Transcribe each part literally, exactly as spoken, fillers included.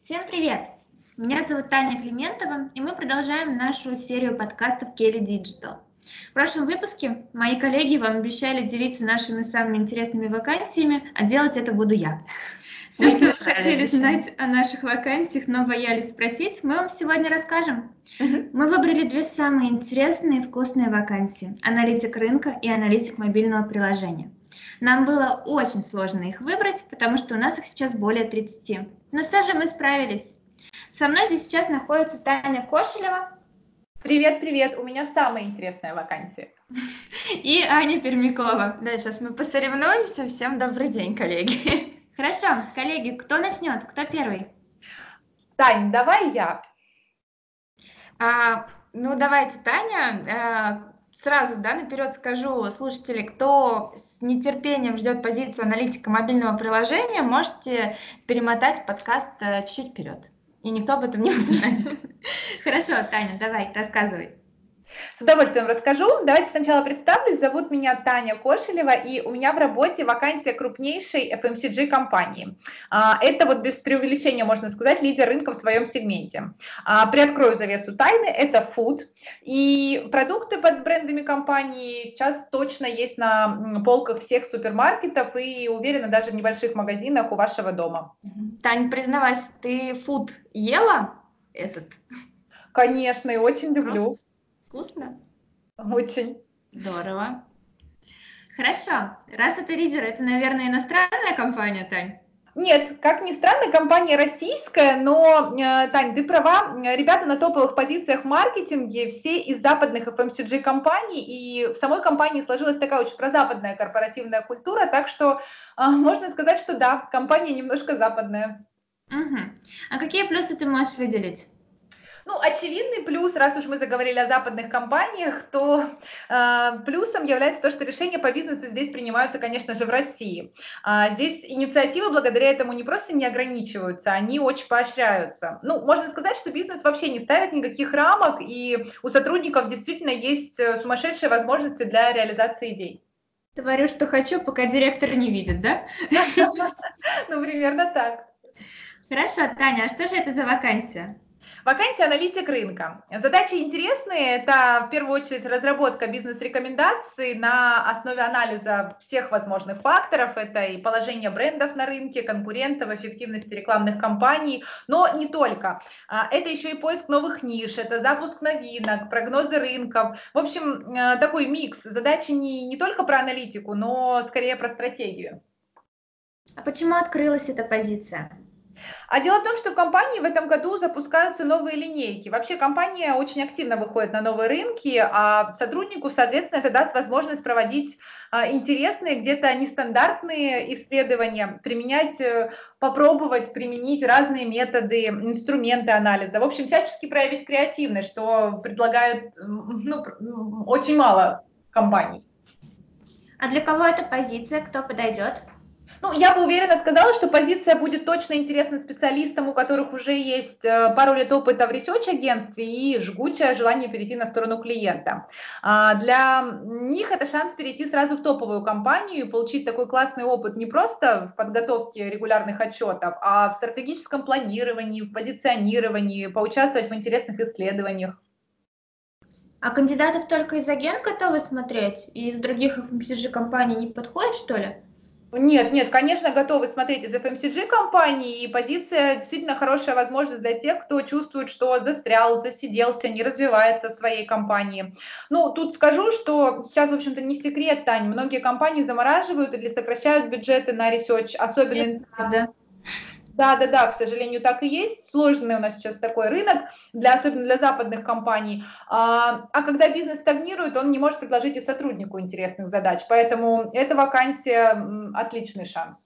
Всем привет! Меня зовут Таня Климентова, и мы продолжаем нашу серию подкастов Kelly Digital. В прошлом выпуске мои коллеги вам обещали делиться нашими самыми интересными вакансиями, а делать это буду я. Все, что вы хотели знать о наших вакансиях, но боялись спросить, мы вам сегодня расскажем. Мы выбрали две самые интересные и вкусные вакансии – аналитик рынка и аналитик мобильного приложения. Нам было очень сложно их выбрать, потому что у нас их сейчас более тридцати. Но все же мы справились. Со мной здесь сейчас находится Таня Кошелева. Привет, привет, у меня самая интересная вакансия. И Аня Пермякова. Да, сейчас мы посоревнуемся. Всем добрый день, коллеги. Хорошо, коллеги, кто начнет? Кто первый? Тань, давай я. А, ну, давайте, Таня. А, сразу, да, наперед скажу, слушатели, кто с нетерпением ждет позицию аналитика мобильного приложения, можете перемотать подкаст чуть-чуть вперед. И никто об этом не узнает. Хорошо, Таня, давай, рассказывай. С удовольствием расскажу. Давайте сначала представлюсь. Зовут меня Таня Кошелева, и у меня в работе вакансия крупнейшей эф эм си джи компании. Это вот без преувеличения, можно сказать, лидер рынка в своем сегменте. Приоткрою завесу тайны, это food. И продукты под брендами компании сейчас точно есть на полках всех супермаркетов и, уверена, даже в небольших магазинах у вашего дома. Тань, признавайся, ты food ела этот? Конечно, и очень люблю. Вкусно? Очень. Здорово. Хорошо. Раз это лидер, это, наверное, иностранная компания, Тань? Нет, как ни странно, компания российская, но, Тань, ты права, ребята на топовых позициях в маркетинге, все из западных эф эм си джи компаний, и в самой компании сложилась такая очень прозападная корпоративная культура, так что можно сказать, что да, компания немножко западная. Угу. А какие плюсы ты можешь выделить? Ну, очевидный плюс, раз уж мы заговорили о западных компаниях, то э, плюсом является то, что решения по бизнесу здесь принимаются, конечно же, в России. А здесь инициативы благодаря этому не просто не ограничиваются, они очень поощряются. Ну, можно сказать, что бизнес вообще не ставит никаких рамок, и у сотрудников действительно есть сумасшедшие возможности для реализации идей. Творю, что хочу, пока директор не видит, да? Ну, примерно так. Хорошо, Таня, а что же это за вакансия? Вакансия аналитик рынка. Задачи интересные. Это в первую очередь разработка бизнес-рекомендаций на основе анализа всех возможных факторов. Это и положение брендов на рынке, конкурентов, эффективности рекламных кампаний, но не только. Это еще и поиск новых ниш, это запуск новинок, прогнозы рынков. В общем, такой микс. Задачи не, не только про аналитику, но скорее про стратегию. А почему открылась эта позиция? А дело в том, что в компании в этом году запускаются новые линейки. Вообще компания очень активно выходит на новые рынки, а сотруднику, соответственно, это даст возможность проводить интересные, где-то нестандартные исследования, применять, попробовать применить разные методы, инструменты анализа. В общем, всячески проявить креативность, что предлагают ну, очень мало компаний. А для кого эта позиция? Кто подойдет? Ну, я бы уверенно сказала, что позиция будет точно интересна специалистам, у которых уже есть пару лет опыта в ресерч-агентстве и жгучее желание перейти на сторону клиента. Для них это шанс перейти сразу в топовую компанию и получить такой классный опыт не просто в подготовке регулярных отчетов, а в стратегическом планировании, в позиционировании, поучаствовать в интересных исследованиях. А кандидатов только из агентств готовы смотреть? И из других эф эм си джи компаний не подходит, что ли? Нет, нет, конечно, готовы смотреть из эф эм си джи компаний, и позиция действительно хорошая возможность для тех, кто чувствует, что застрял, засиделся, не развивается в своей компании. Ну, тут скажу, что сейчас, в общем-то, не секрет, Тань, многие компании замораживают или сокращают бюджеты на ресерч, особенно... Да. Да, да, да, к сожалению, так и есть. Сложный у нас сейчас такой рынок, для, особенно для западных компаний. А, а когда бизнес стагнирует, он не может предложить и сотруднику интересных задач. Поэтому эта вакансия отличный шанс.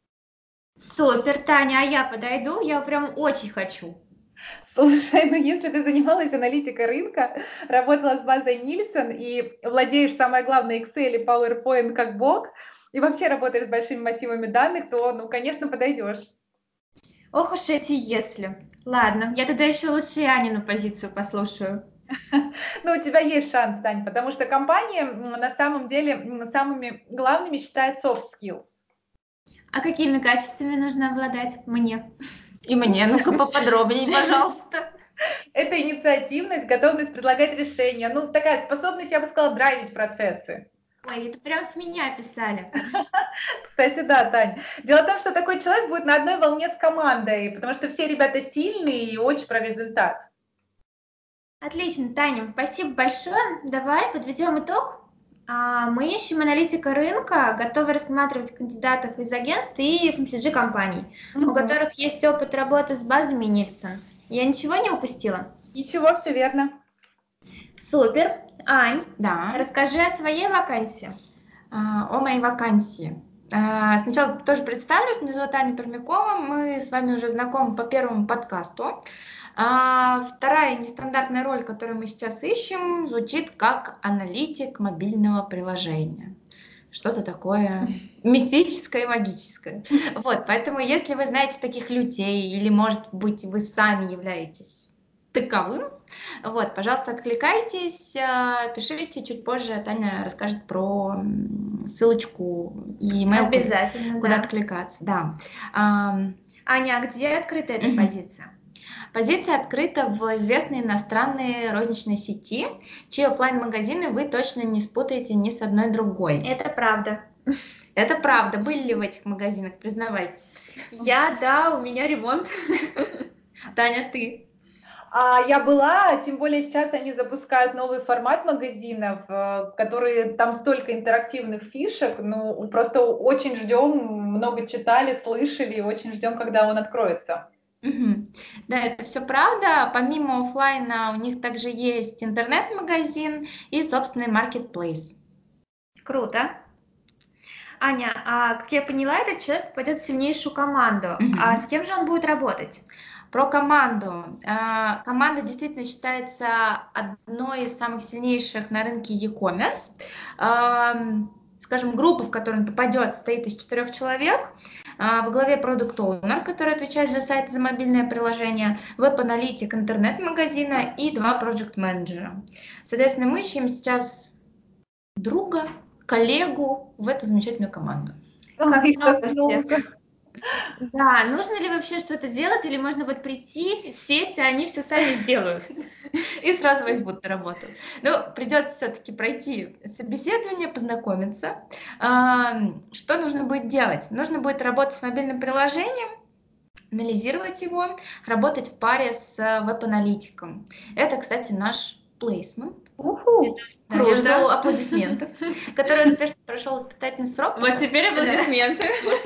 Супер, Таня, а я подойду? Я прям очень хочу. Слушай, ну если ты занималась аналитикой рынка, работала с базой Нильсон и владеешь, самое главное, Excel и PowerPoint как бог, и вообще работаешь с большими массивами данных, то, ну, конечно, подойдешь. Ох уж эти если. Ладно, я тогда еще лучше Анину позицию послушаю. Ну, у тебя есть шанс, Тань, потому что компания на самом деле самыми главными считает soft skills. А какими качествами нужно обладать мне? И мне, ну-ка поподробнее, пожалуйста. Это инициативность, готовность предлагать решения. Ну, такая способность, я бы сказала, драйвить процессы. Ой, это прям с меня писали. Кстати, да, Тань. Дело в том, что такой человек будет на одной волне с командой, потому что все ребята сильные и очень про результат. Отлично, Таня, спасибо большое. Давай подведем итог. А, Мы ищем аналитика рынка, готовы рассматривать кандидатов из агентств и эф эм си джи компаний, у которых есть опыт работы с базами Нильсон. Я ничего не упустила? Ничего, все верно. Супер. Ань, Да. расскажи о своей вакансии. А, О моей вакансии. А, Сначала тоже представлюсь, меня зовут Аня Пермякова, мы с вами уже знакомы по первому подкасту. А, Вторая нестандартная роль, которую мы сейчас ищем, звучит как аналитик мобильного приложения. Что-то такое мистическое и магическое. Вот, поэтому если вы знаете таких людей, или, может быть, вы сами являетесь таковым, вот, пожалуйста, откликайтесь, а, пишите, чуть позже Таня расскажет про м, ссылочку и email, куда, Обязательно, куда да. откликаться. Да. Ам, Аня, а где открыта эта Мгм. позиция? Позиция открыта в известной иностранной розничной сети, чьи оффлайн-магазины вы точно не спутаете ни с одной другой. Это правда. Это правда. Были ли в этих магазинах, признавайтесь? Я, да, у меня ремонт. Таня, ты? А я была, тем более сейчас они запускают новый формат магазинов, э, которые там столько интерактивных фишек, ну просто очень ждем, много читали, слышали, и очень ждем, когда он откроется. Мгм. Да, это все правда. Помимо оффлайна у них также есть интернет-магазин и собственный маркетплейс. Круто. Аня, а как я поняла, этот человек попадет в сильнейшую команду. Мгм. А с кем же он будет работать? Про команду. А, Команда действительно считается одной из самых сильнейших на рынке e-commerce. Ам, Скажем, группа, в которую он попадет, состоит из четырех человек. А, Во главе продукт оунер, который отвечает за сайт и за мобильное приложение, веб-аналитик интернет-магазина и два проект-менеджера. Соответственно, мы ищем сейчас друга, коллегу в эту замечательную команду. Как Их много так всех. много. Да, нужно ли вообще что-то делать, или можно вот прийти, сесть, а они все сами сделают? И сразу возьмут на работу. Но придется все-таки пройти собеседование, познакомиться. Ам, Что нужно будет делать? Нужно будет работать с мобильным приложением, анализировать его, работать в паре с э, веб-аналитиком. Это, кстати, наш плейсмент. Уху. Да, я Круто. жду аплодисментов, который успешно прошел испытательный срок. Вот теперь аплодисменты.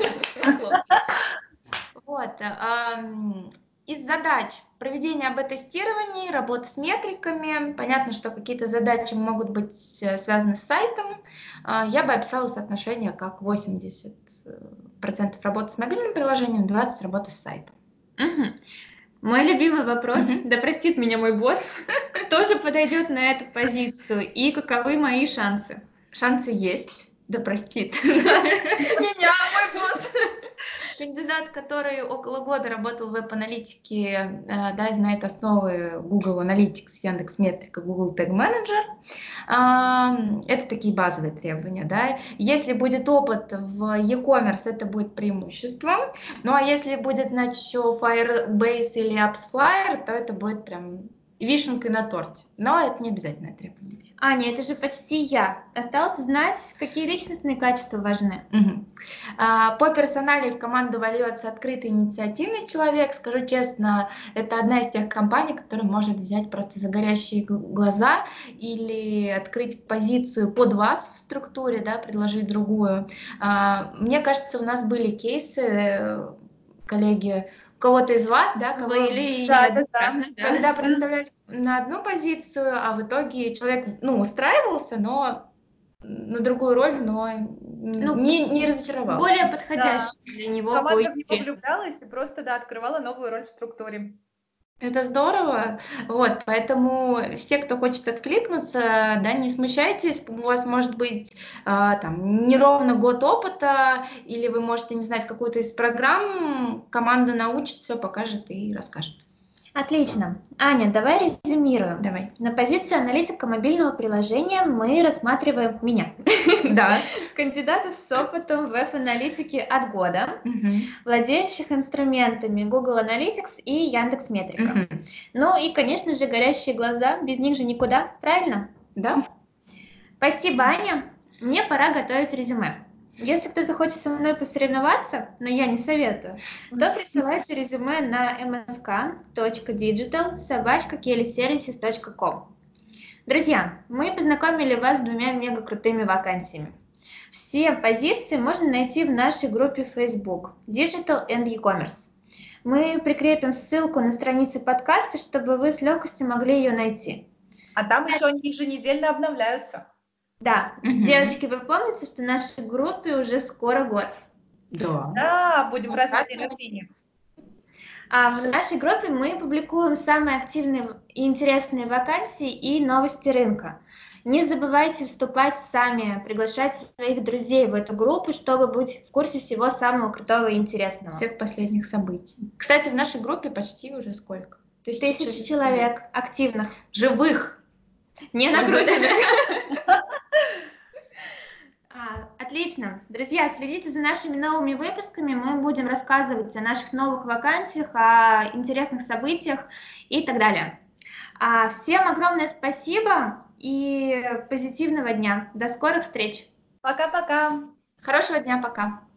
Вот. ам, Из задач проведения эй би-тестирований, работа с метриками. Понятно, что какие-то задачи могут быть э, связаны с сайтом. А, Я бы описала соотношение как восемьдесят процентов работы с мобильным приложением, двадцать процентов работы с сайтом. Мгм. Мой любимый вопрос, Мгм. да простит меня мой босс, тоже подойдет на эту позицию. И каковы мои шансы? Шансы есть, да простит меня мой босс. Кандидат, который около года работал в веб-аналитике, э, да, и знает основы Google Analytics, Яндекс.Метрика, Google Tag Manager. А, Это такие базовые требования. Да. Если будет опыт в e-commerce, это будет преимуществом. Ну а если будет, значит, еще Firebase или AppsFlyer, то это будет прям вишенкой на торте. Но это не обязательное требование. Аня, это же почти я. Осталось знать, какие личностные качества важны. Мгм. А, По персоналии в команду вольется открытый инициативный человек. Скажу честно, это одна из тех компаний, которая может взять просто за горящие гл- глаза или открыть позицию под вас в структуре, да, предложить другую. А, Мне кажется, у нас были кейсы, э, коллеги, у кого-то из вас, да, кого Были и Да, да, неоднократно, да. когда представляли на одну позицию, а в итоге человек, ну, устраивался, но на другую роль, но Ну, не, не разочаровался. Более подходящий для него по Команда в него интересам. влюблялась и просто, да, открывала новую роль в структуре. Это здорово. Вот, поэтому все, кто хочет откликнуться, да, не смущайтесь, у вас может быть а, там неровно год опыта, или вы можете не знать какую-то из программ, команда научит, все покажет и расскажет. Отлично. Аня, давай резюмируем. Давай. На позиции аналитика мобильного приложения мы рассматриваем меня, Да. кандидатов с опытом в веб-аналитике от года, Мгм. владеющих инструментами Google Analytics и Яндекс.Метрика. Мгм. Ну и, конечно же, горящие глаза, без них же никуда, правильно? Да. Спасибо, Аня. Мне пора готовить резюме. Если кто-то хочет со мной посоревноваться, но я не советую, то присылайте резюме на msk.digital собачка kellyservices точка com. Друзья, мы познакомили вас с двумя мега крутыми вакансиями. Все позиции можно найти в нашей группе Facebook Digital and E-commerce. Мы прикрепим ссылку на странице подкаста, чтобы вы с легкостью могли ее найти. А там Кстати, еще они еженедельно обновляются. Да, Мгм. девочки, вы помните, что нашей группе уже скоро год. Да. Да, будем Ну, праздновать день праздновать. рождения. А в нашей группе мы публикуем самые активные и интересные вакансии и новости рынка. Не забывайте вступать сами, приглашать своих друзей в эту группу, чтобы быть в курсе всего самого крутого и интересного. Всех последних событий. Кстати, в нашей группе почти уже сколько? Тысячи шестьсот человек активных, живых. не накрученных. А, Отлично. Друзья, следите за нашими новыми выпусками. Мы будем рассказывать о наших новых вакансиях, о интересных событиях и так далее. А, Всем огромное спасибо и позитивного дня. До скорых встреч. Пока-пока. Хорошего дня, пока.